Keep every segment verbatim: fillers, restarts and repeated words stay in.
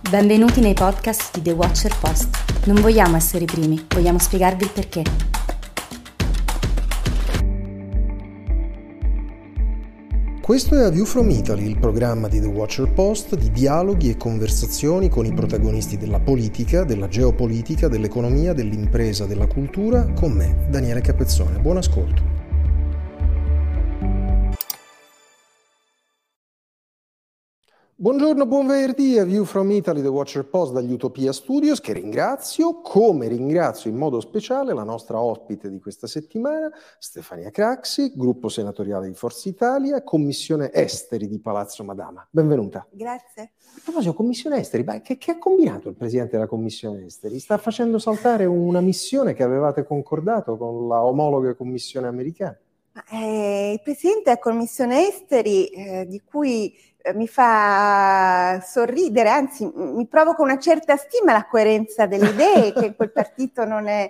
Benvenuti nei podcast di The Watcher Post. Non vogliamo essere i primi, vogliamo spiegarvi il perché. Questo è A View from Italy, il programma di The Watcher Post di dialoghi e conversazioni con i protagonisti della politica, della geopolitica, dell'economia, dell'impresa, della cultura, con me, Daniele Capezzone. Buon ascolto. Buongiorno, buon venerdì, A View from Italy, The Watcher Post dagli Utopia Studios, che ringrazio, come ringrazio in modo speciale la nostra ospite di questa settimana, Stefania Craxi, gruppo senatoriale di Forza Italia, Commissione Esteri di Palazzo Madama. Benvenuta. Grazie. A proposito, Commissione Esteri, beh, che, che ha combinato il Presidente della Commissione Esteri? Sta facendo saltare una missione che avevate concordato con la omologa Commissione americana? Eh, il Presidente della Commissione Esteri, eh, di cui eh, mi fa sorridere, anzi mi provoca una certa stima la coerenza delle idee, che in quel partito non è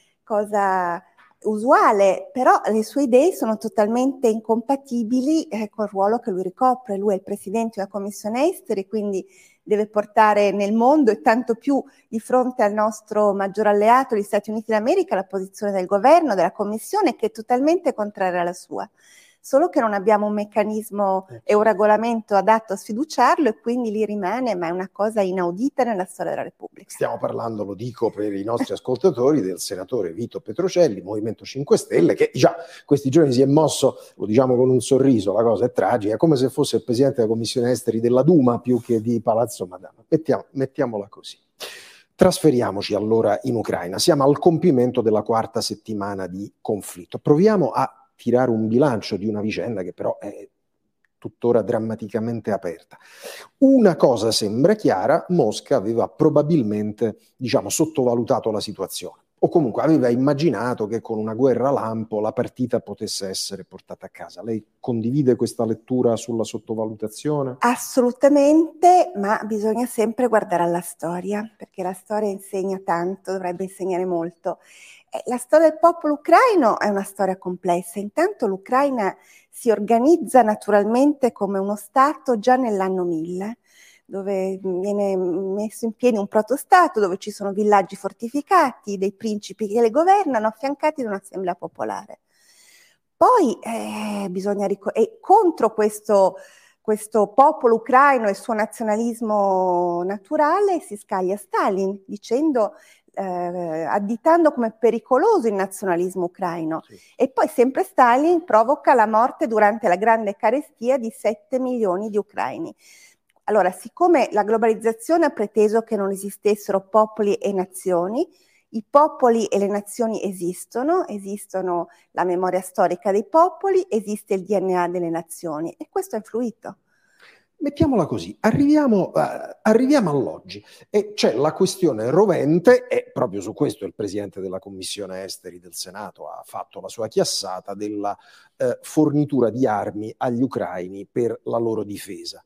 cosa usuale, però le sue idee sono totalmente incompatibili eh, col ruolo che lui ricopre. Lui è il Presidente della Commissione Esteri, quindi deve portare nel mondo e tanto più di fronte al nostro maggior alleato, gli Stati Uniti d'America, la posizione del governo, della Commissione, che è totalmente contraria alla sua. Solo che non abbiamo un meccanismo e un regolamento adatto a sfiduciarlo e quindi lì rimane, ma è una cosa inaudita nella storia della Repubblica. Stiamo parlando, lo dico per i nostri ascoltatori, del senatore Vito Petrocelli, Movimento cinque Stelle, che già questi giorni si è mosso, lo diciamo con un sorriso, la cosa è tragica, come se fosse il Presidente della Commissione Esteri della Duma più che di Palazzo Madama. Mettiamo, mettiamola così. Trasferiamoci allora in Ucraina. Siamo al compimento della quarta settimana di conflitto. Proviamo a tirare un bilancio di una vicenda che però è tuttora drammaticamente aperta. Una cosa sembra chiara: Mosca aveva probabilmente, diciamo, sottovalutato la situazione, o comunque aveva immaginato che con una guerra lampo la partita potesse essere portata a casa. Lei condivide questa lettura sulla sottovalutazione? Assolutamente, ma bisogna sempre guardare alla storia, perché la storia insegna tanto, dovrebbe insegnare molto. La storia del popolo ucraino è una storia complessa. Intanto l'Ucraina si organizza naturalmente come uno Stato già nell'anno mille, dove viene messo in piedi un protostato, dove ci sono villaggi fortificati, dei principi che le governano, affiancati da un'assemblea popolare. Poi eh, bisogna ricordare, e contro questo, questo popolo ucraino e il suo nazionalismo naturale si scaglia Stalin, dicendo... Eh, additando come pericoloso il nazionalismo ucraino. Sì. E poi sempre Stalin provoca la morte durante la grande carestia di sette milioni di ucraini. Allora, siccome la globalizzazione ha preteso che non esistessero popoli e nazioni, i popoli e le nazioni esistono, esistono la memoria storica dei popoli, esiste il D N A delle nazioni e questo ha influito. Mettiamola così, arriviamo, uh, arriviamo all'oggi e c'è la questione rovente, e proprio su questo il Presidente della Commissione Esteri del Senato ha fatto la sua chiassata, della uh, fornitura di armi agli ucraini per la loro difesa.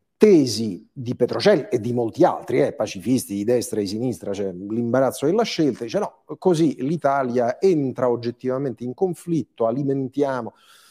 Tesi di Petrocelli e di molti altri, eh, pacifisti di destra e di sinistra, c'è l'imbarazzo della scelta, dice no, così l'Italia entra oggettivamente in conflitto, alimentiamo...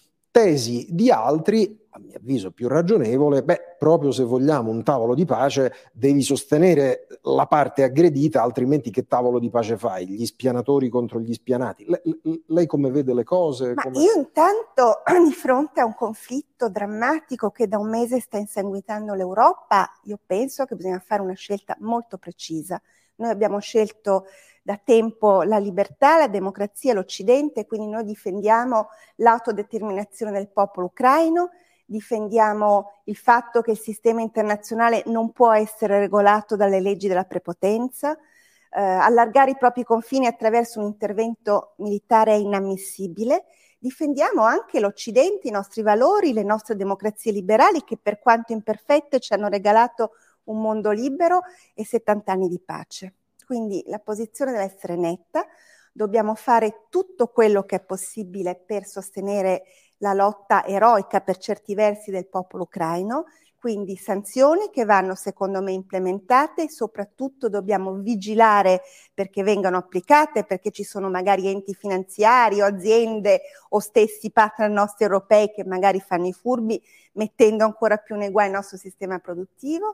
Tesi di altri, a mio avviso più ragionevole, beh, proprio se vogliamo un tavolo di pace devi sostenere la parte aggredita, altrimenti che tavolo di pace fai? Gli spianatori contro gli spianati? Le, lei come vede le cose? Ma come... io intanto, di fronte a un conflitto drammatico che da un mese sta insanguinando l'Europa, io penso che bisogna fare una scelta molto precisa. Noi abbiamo scelto da tempo la libertà, la democrazia, l'Occidente, quindi noi difendiamo l'autodeterminazione del popolo ucraino, difendiamo il fatto che il sistema internazionale non può essere regolato dalle leggi della prepotenza, eh, allargare i propri confini attraverso un intervento militare è inammissibile, difendiamo anche l'Occidente, i nostri valori, le nostre democrazie liberali che per quanto imperfette ci hanno regalato un mondo libero e settanta anni di pace. Quindi la posizione deve essere netta, dobbiamo fare tutto quello che è possibile per sostenere la lotta eroica per certi versi del popolo ucraino, quindi sanzioni che vanno secondo me implementate e soprattutto dobbiamo vigilare perché vengano applicate, perché ci sono magari enti finanziari o aziende o stessi partner nostri europei che magari fanno i furbi mettendo ancora più nei guai il nostro sistema produttivo.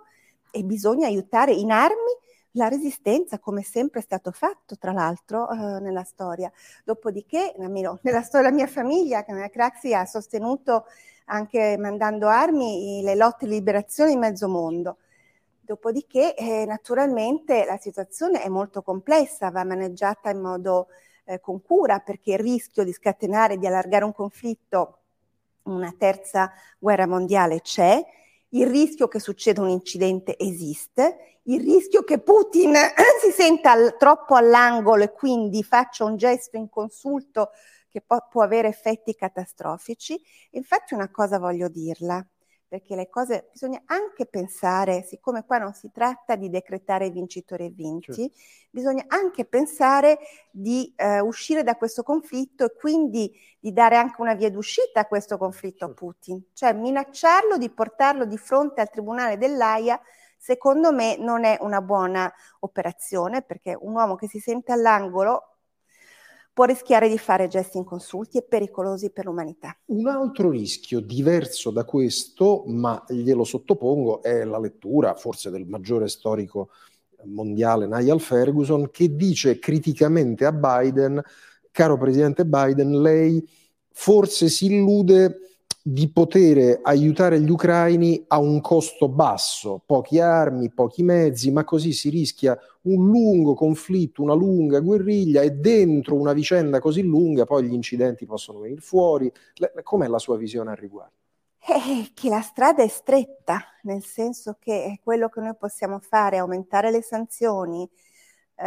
e bisogna aiutare in armi la resistenza, come sempre è stato fatto, tra l'altro, eh, nella storia. Dopodiché, almeno nella storia della mia famiglia, che Craxi ha sostenuto anche mandando armi le lotte di liberazione in mezzo mondo. Dopodiché, eh, naturalmente, la situazione è molto complessa, va maneggiata in modo eh, con cura, perché il rischio di scatenare, di allargare un conflitto, una terza guerra mondiale c'è, il rischio che succeda un incidente esiste, il rischio che Putin si senta al, troppo all'angolo e quindi faccia un gesto inconsulto che può, può avere effetti catastrofici. Infatti una cosa voglio dirla, perché le cose bisogna anche pensare, siccome qua non si tratta di decretare vincitori e vinti, certo, bisogna anche pensare di eh, uscire da questo conflitto e quindi di dare anche una via d'uscita a questo conflitto, certo, a Putin. Cioè minacciarlo di portarlo di fronte al tribunale dell'Aia, secondo me non è una buona operazione, perché un uomo che si sente all'angolo può rischiare di fare gesti inconsulti e pericolosi per l'umanità. Un altro rischio diverso da questo, ma glielo sottopongo, è la lettura forse del maggiore storico mondiale Niall Ferguson, che dice criticamente a Biden: caro presidente Biden, lei forse si illude di poter aiutare gli ucraini a un costo basso, poche armi, pochi mezzi, ma così si rischia un lungo conflitto, una lunga guerriglia, e dentro una vicenda così lunga poi gli incidenti possono venire fuori. Com'è la sua visione al riguardo? Eh, che la strada è stretta, nel senso che quello che noi possiamo fare è aumentare le sanzioni, eh,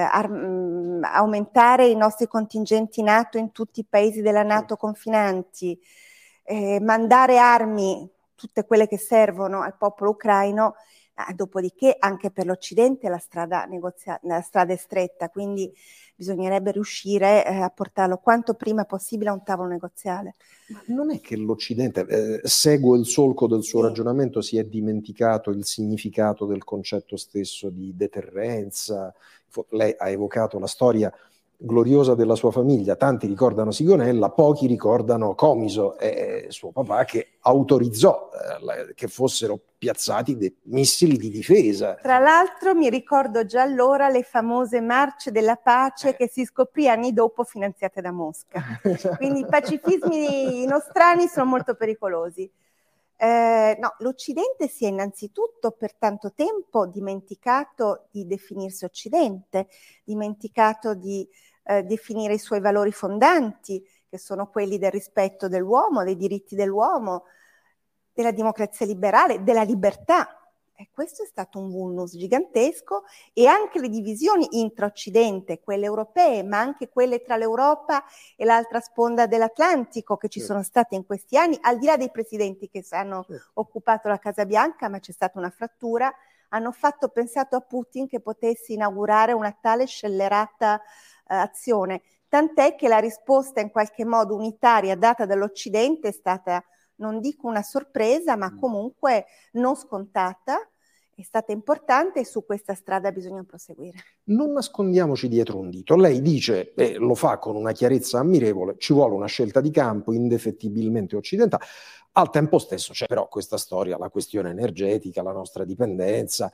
ar- aumentare i nostri contingenti NATO in tutti i paesi della NATO confinanti, eh, mandare armi, tutte quelle che servono al popolo ucraino. Ah, dopodiché anche per l'Occidente la strada, negozia- la strada è stretta, quindi bisognerebbe riuscire eh, a portarlo quanto prima possibile a un tavolo negoziale. Ma non è che l'Occidente, eh, seguo il solco del suo sì. ragionamento, si è dimenticato il significato del concetto stesso di deterrenza. Lei ha evocato la storia gloriosa della sua famiglia, tanti ricordano Sigonella, pochi ricordano Comiso, eh, suo papà, che autorizzò eh, che fossero piazzati dei missili di difesa. Tra l'altro mi ricordo già allora le famose marce della pace eh. che si scoprì anni dopo finanziate da Mosca. Quindi i pacifismi nostrani sono molto pericolosi. Eh, no, l'Occidente si è innanzitutto per tanto tempo dimenticato di definirsi Occidente, dimenticato di eh, definire i suoi valori fondanti, che sono quelli del rispetto dell'uomo, dei diritti dell'uomo, della democrazia liberale, della libertà. E questo è stato un vulnus gigantesco, e anche le divisioni intra-Occidente, quelle europee, ma anche quelle tra l'Europa e l'altra sponda dell'Atlantico che ci certo. sono state in questi anni, al di là dei presidenti che hanno certo. occupato la Casa Bianca, ma c'è stata una frattura, hanno fatto pensato a Putin che potesse inaugurare una tale scellerata eh, azione, tant'è che la risposta in qualche modo unitaria data dall'Occidente è stata, non dico una sorpresa, ma comunque non scontata, è stata importante, e su questa strada bisogna proseguire. Non nascondiamoci dietro un dito. Lei dice, e lo fa con una chiarezza ammirevole, ci vuole una scelta di campo indefettibilmente occidentale. Al tempo stesso c'è però questa storia, la questione energetica, la nostra dipendenza.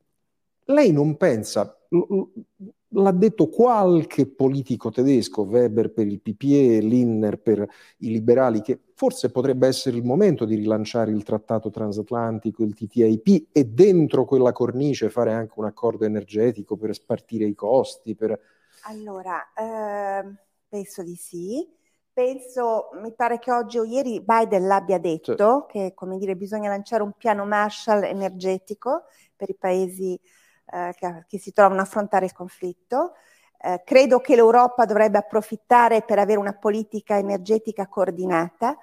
Lei non pensa, l'ha detto qualche politico tedesco, Weber per il P P E, Linner per i liberali, che forse potrebbe essere il momento di rilanciare il trattato transatlantico, il T T I P, e dentro quella cornice fare anche un accordo energetico per spartire i costi? Per... Allora, eh, penso di sì. Penso, mi pare che oggi o ieri Biden l'abbia detto, sì. che come dire, bisogna lanciare un piano Marshall energetico per i paesi eh, che, che si trovano a affrontare il conflitto. Eh, credo che l'Europa dovrebbe approfittare per avere una politica energetica coordinata.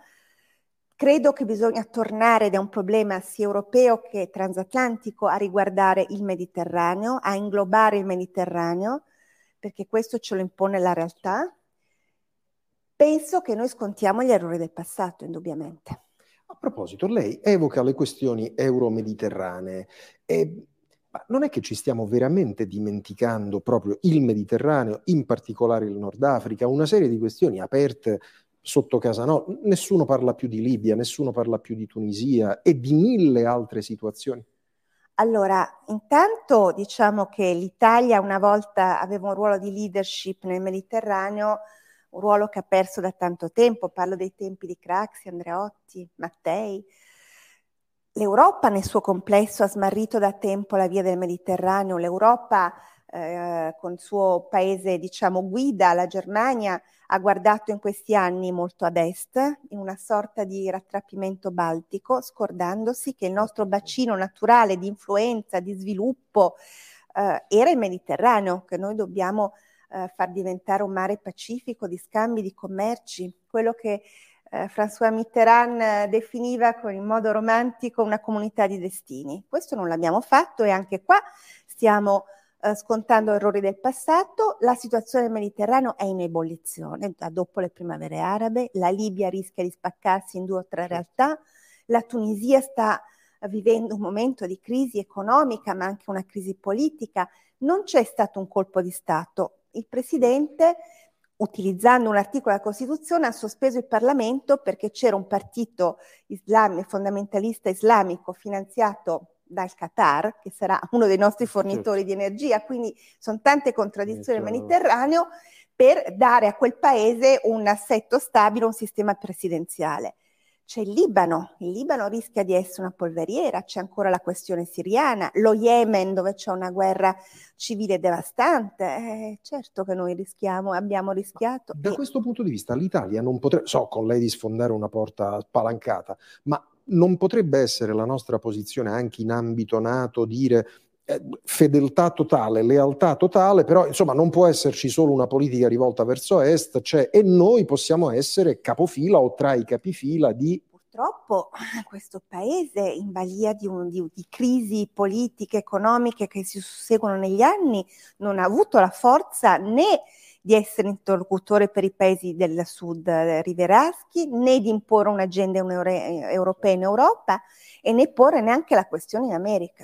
Credo che bisogna tornare da un problema sia europeo che transatlantico a riguardare il Mediterraneo, a inglobare il Mediterraneo, perché questo ce lo impone la realtà. Penso che noi scontiamo gli errori del passato, indubbiamente. A proposito, lei evoca le questioni euro-mediterranee. E, ma non è che ci stiamo veramente dimenticando proprio il Mediterraneo, in particolare il Nord Africa, una serie di questioni aperte sotto casa nostra? Nessuno parla più di Libia, nessuno parla più di Tunisia e di mille altre situazioni. Allora, intanto diciamo che l'Italia una volta aveva un ruolo di leadership nel Mediterraneo, un ruolo che ha perso da tanto tempo, parlo dei tempi di Craxi, Andreotti, Mattei. L'Europa nel suo complesso ha smarrito da tempo la via del Mediterraneo, l'Europa eh, con il suo paese diciamo guida, la Germania, ha guardato in questi anni molto ad est, in una sorta di rattrappimento baltico, scordandosi che il nostro bacino naturale di influenza, di sviluppo eh, era il Mediterraneo, che noi dobbiamo eh, far diventare un mare pacifico di scambi, di commerci, quello che eh, François Mitterrand eh, definiva con, in modo romantico una comunità di destini. Questo non l'abbiamo fatto e anche qua stiamo Uh, scontando errori del passato. La situazione del Mediterraneo è in ebollizione da dopo le primavere arabe, la Libia rischia di spaccarsi in due o tre realtà, la Tunisia sta vivendo un momento di crisi economica ma anche una crisi politica, non c'è stato un colpo di Stato. Il Presidente, utilizzando un articolo della Costituzione, ha sospeso il Parlamento perché c'era un partito islamico, fondamentalista islamico finanziato dal Qatar, che sarà uno dei nostri fornitori di energia, quindi sono tante contraddizioni nel Mediterraneo, per dare a quel paese un assetto stabile, un sistema presidenziale. C'è il Libano, il Libano rischia di essere una polveriera, c'è ancora la questione siriana, lo Yemen dove c'è una guerra civile devastante, eh, certo che noi rischiamo, abbiamo rischiato. Da e... questo punto di vista l'Italia non potrebbe, so con lei di sfondare una porta spalancata, ma non potrebbe essere la nostra posizione anche in ambito NATO dire eh, fedeltà totale, lealtà totale, però insomma non può esserci solo una politica rivolta verso est, cioè, e noi possiamo essere capofila o tra i capifila di... Purtroppo questo paese in balia di, un, di, di crisi politiche, economiche che si susseguono negli anni, non ha avuto la forza né di essere interlocutore per i paesi del sud rivieraschi, né di imporre un'agenda europea in Europa e né porre neanche la questione in America.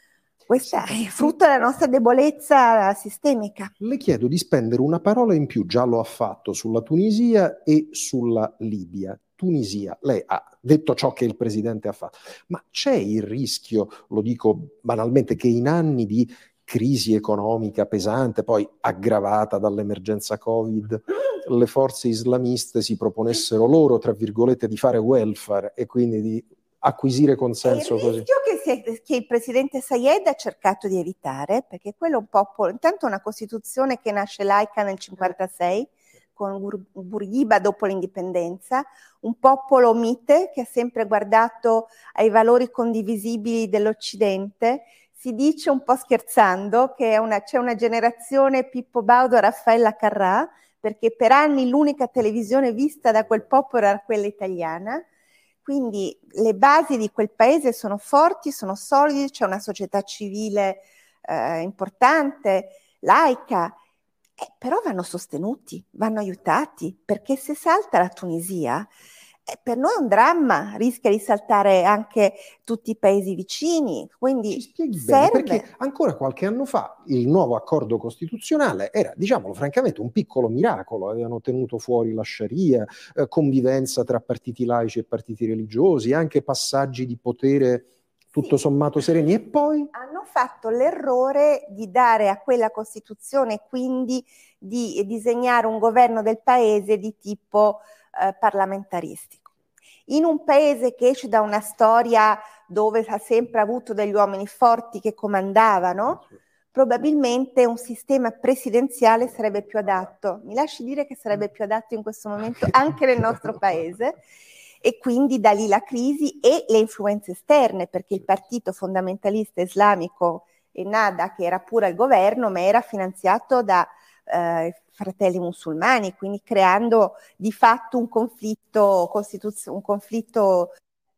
Questa è frutto della nostra debolezza sistemica. Le chiedo di spendere una parola in più, già lo ha fatto, sulla Tunisia e sulla Libia. Tunisia, lei ha detto ciò che il Presidente ha fatto, ma c'è il rischio, lo dico banalmente, che in anni di crisi economica pesante, poi aggravata dall'emergenza Covid, le forze islamiste si proponessero loro, tra virgolette, di fare welfare e quindi di acquisire consenso il così? Rischio che, si, che il presidente Sayed ha cercato di evitare, perché quello è un popolo, intanto una Costituzione che nasce laica nel cinquantasei, con Bourguiba dopo l'indipendenza, un popolo mite che ha sempre guardato ai valori condivisibili dell'Occidente. Si dice un po' scherzando che è una, c'è una generazione Pippo Baudo, Raffaella Carrà, perché per anni l'unica televisione vista da quel popolo era quella italiana. Quindi le basi di quel paese sono forti, sono solide, c'è una società civile eh, importante, laica, eh, però vanno sostenuti, vanno aiutati, perché se salta la Tunisia, eh, per noi è un dramma, rischia di saltare anche tutti i paesi vicini, quindi ci spieghi serve... bene, perché ancora qualche anno fa il nuovo accordo costituzionale era, diciamolo francamente, un piccolo miracolo, avevano tenuto fuori la Sharia, eh, convivenza tra partiti laici e partiti religiosi, anche passaggi di potere tutto sommato sereni, e poi hanno fatto l'errore di dare a quella Costituzione quindi di disegnare un governo del paese di tipo eh, parlamentaristico. In un paese che esce da una storia dove ha sempre avuto degli uomini forti che comandavano, probabilmente un sistema presidenziale sarebbe più adatto. Mi lasci dire che sarebbe più adatto in questo momento anche nel nostro paese. E quindi da lì la crisi e le influenze esterne, perché il partito fondamentalista islamico Ennahda, che era pure al governo, ma era finanziato da eh, fratelli musulmani, quindi creando di fatto un conflitto, costituzio- un conflitto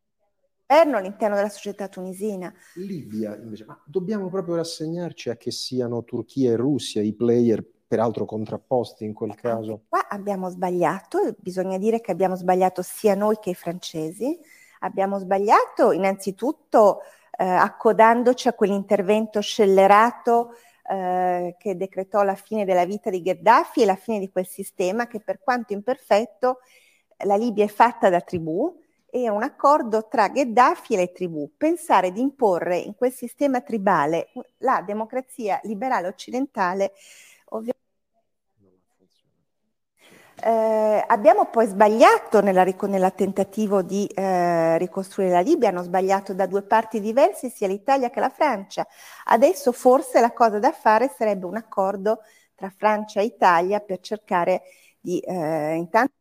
all'interno della società tunisina. Libia invece, ma dobbiamo proprio rassegnarci a che siano Turchia e Russia i player, peraltro contrapposti in quel caso? Anche qua abbiamo sbagliato, bisogna dire che abbiamo sbagliato sia noi che i francesi. Abbiamo sbagliato innanzitutto eh, accodandoci a quell'intervento scellerato eh, che decretò la fine della vita di Gheddafi e la fine di quel sistema che, per quanto imperfetto, la Libia è fatta da tribù e un accordo tra Gheddafi e le tribù. Pensare di imporre in quel sistema tribale la democrazia liberale occidentale ovviamente. Eh, abbiamo poi sbagliato nella, nella tentativo di eh, ricostruire la Libia, hanno sbagliato da due parti diverse sia l'Italia che la Francia. Adesso forse la cosa da fare sarebbe un accordo tra Francia e Italia per cercare di eh, intanto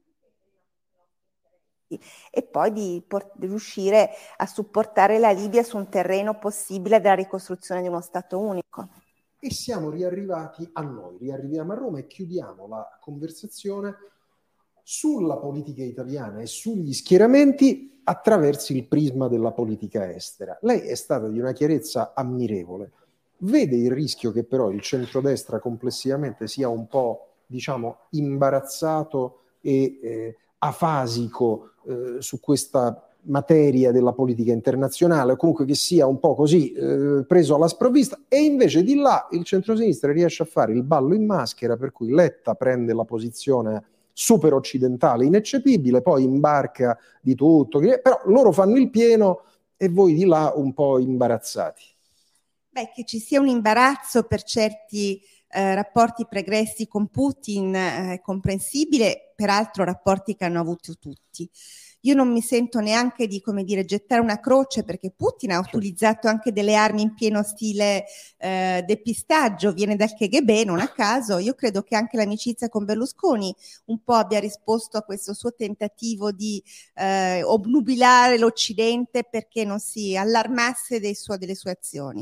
e poi di, port- di riuscire a supportare la Libia su un terreno possibile della ricostruzione di uno Stato unico. E siamo riarrivati a noi, riarriviamo a Roma e chiudiamo la conversazione sulla politica italiana e sugli schieramenti attraverso il prisma della politica estera. Lei è stata di una chiarezza ammirevole. Vede il rischio che però il centrodestra complessivamente sia un po', diciamo, imbarazzato e eh, afasico eh, su questa materia della politica internazionale, o comunque che sia un po' così eh, preso alla sprovvista, e invece di là il centrosinistra riesce a fare il ballo in maschera, per cui Letta prende la posizione super occidentale ineccepibile, poi imbarca di tutto, però loro fanno il pieno e voi di là un po' imbarazzati. Beh, che ci sia un imbarazzo per certi eh, rapporti pregressi con Putin è eh, comprensibile, peraltro rapporti che hanno avuto tutti. Io non mi sento neanche di, come dire, gettare una croce, perché Putin ha utilizzato anche delle armi in pieno stile eh, depistaggio, viene dal K G B, non a caso. Io credo che anche l'amicizia con Berlusconi un po' abbia risposto a questo suo tentativo di eh, obnubilare l'Occidente perché non si allarmasse dei suo, delle sue azioni.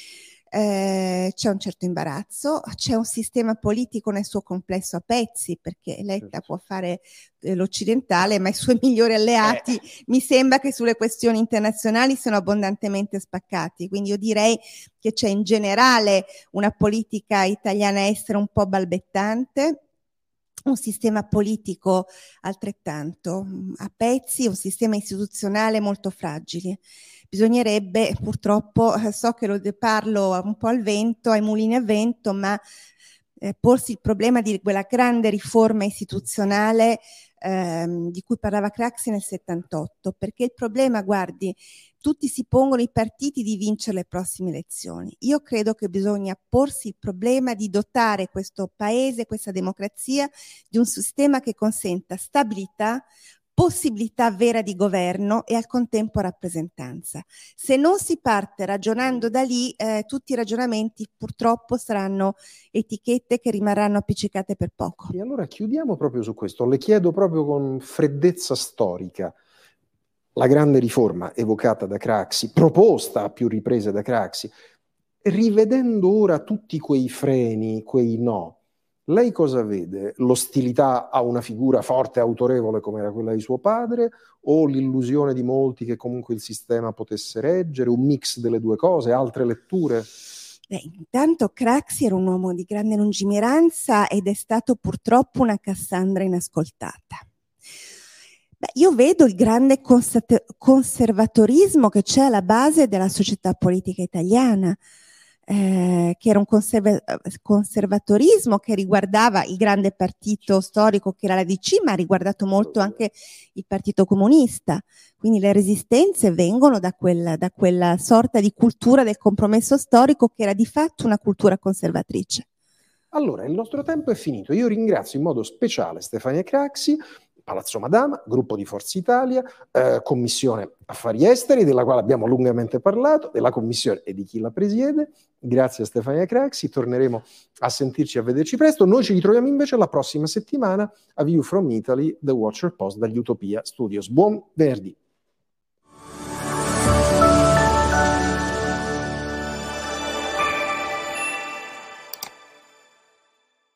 Eh, c'è un certo imbarazzo, c'è un sistema politico nel suo complesso a pezzi, perché Letta può fare eh, l'occidentale, ma i suoi migliori alleati eh. mi sembra che sulle questioni internazionali siano abbondantemente spaccati, quindi io direi che c'è in generale una politica italiana estera un po' balbettante, un sistema politico altrettanto a pezzi, un sistema istituzionale molto fragile. Bisognerebbe, purtroppo, so che lo parlo un po' al vento, ai mulini a vento, ma eh, porsi il problema di quella grande riforma istituzionale ehm, di cui parlava Craxi nel settantotto, perché il problema, guardi, tutti si pongono i partiti di vincere le prossime elezioni. Io credo che bisogna porsi il problema di dotare questo paese, questa democrazia, di un sistema che consenta stabilità, possibilità vera di governo e al contempo rappresentanza. Se non si parte ragionando da lì, eh, tutti i ragionamenti purtroppo saranno etichette che rimarranno appiccicate per poco. E allora chiudiamo proprio su questo. Le chiedo proprio con freddezza storica. La grande riforma evocata da Craxi, proposta a più riprese da Craxi, rivedendo ora tutti quei freni, quei no, lei cosa vede? L'ostilità a una figura forte e autorevole come era quella di suo padre, o l'illusione di molti che comunque il sistema potesse reggere, un mix delle due cose, altre letture? Beh, intanto Craxi era un uomo di grande lungimiranza ed è stato purtroppo una Cassandra inascoltata. Beh, io vedo il grande conservatorismo che c'è alla base della società politica italiana, eh, che era un conserva- conservatorismo che riguardava il grande partito storico che era la D C, ma ha riguardato molto anche il Partito Comunista. Quindi le resistenze vengono da quella, da quella sorta di cultura del compromesso storico che era di fatto una cultura conservatrice. Allora, il nostro tempo è finito. Io ringrazio in modo speciale Stefania Craxi, Palazzo Madama, gruppo di Forza Italia, eh, Commissione Affari Esteri, della quale abbiamo lungamente parlato, della Commissione e di chi la presiede. Grazie a Stefania Craxi, torneremo a sentirci e a vederci presto. Noi ci ritroviamo invece la prossima settimana a View from Italy, The Watcher Post dagli Utopia Studios. Buon venerdì!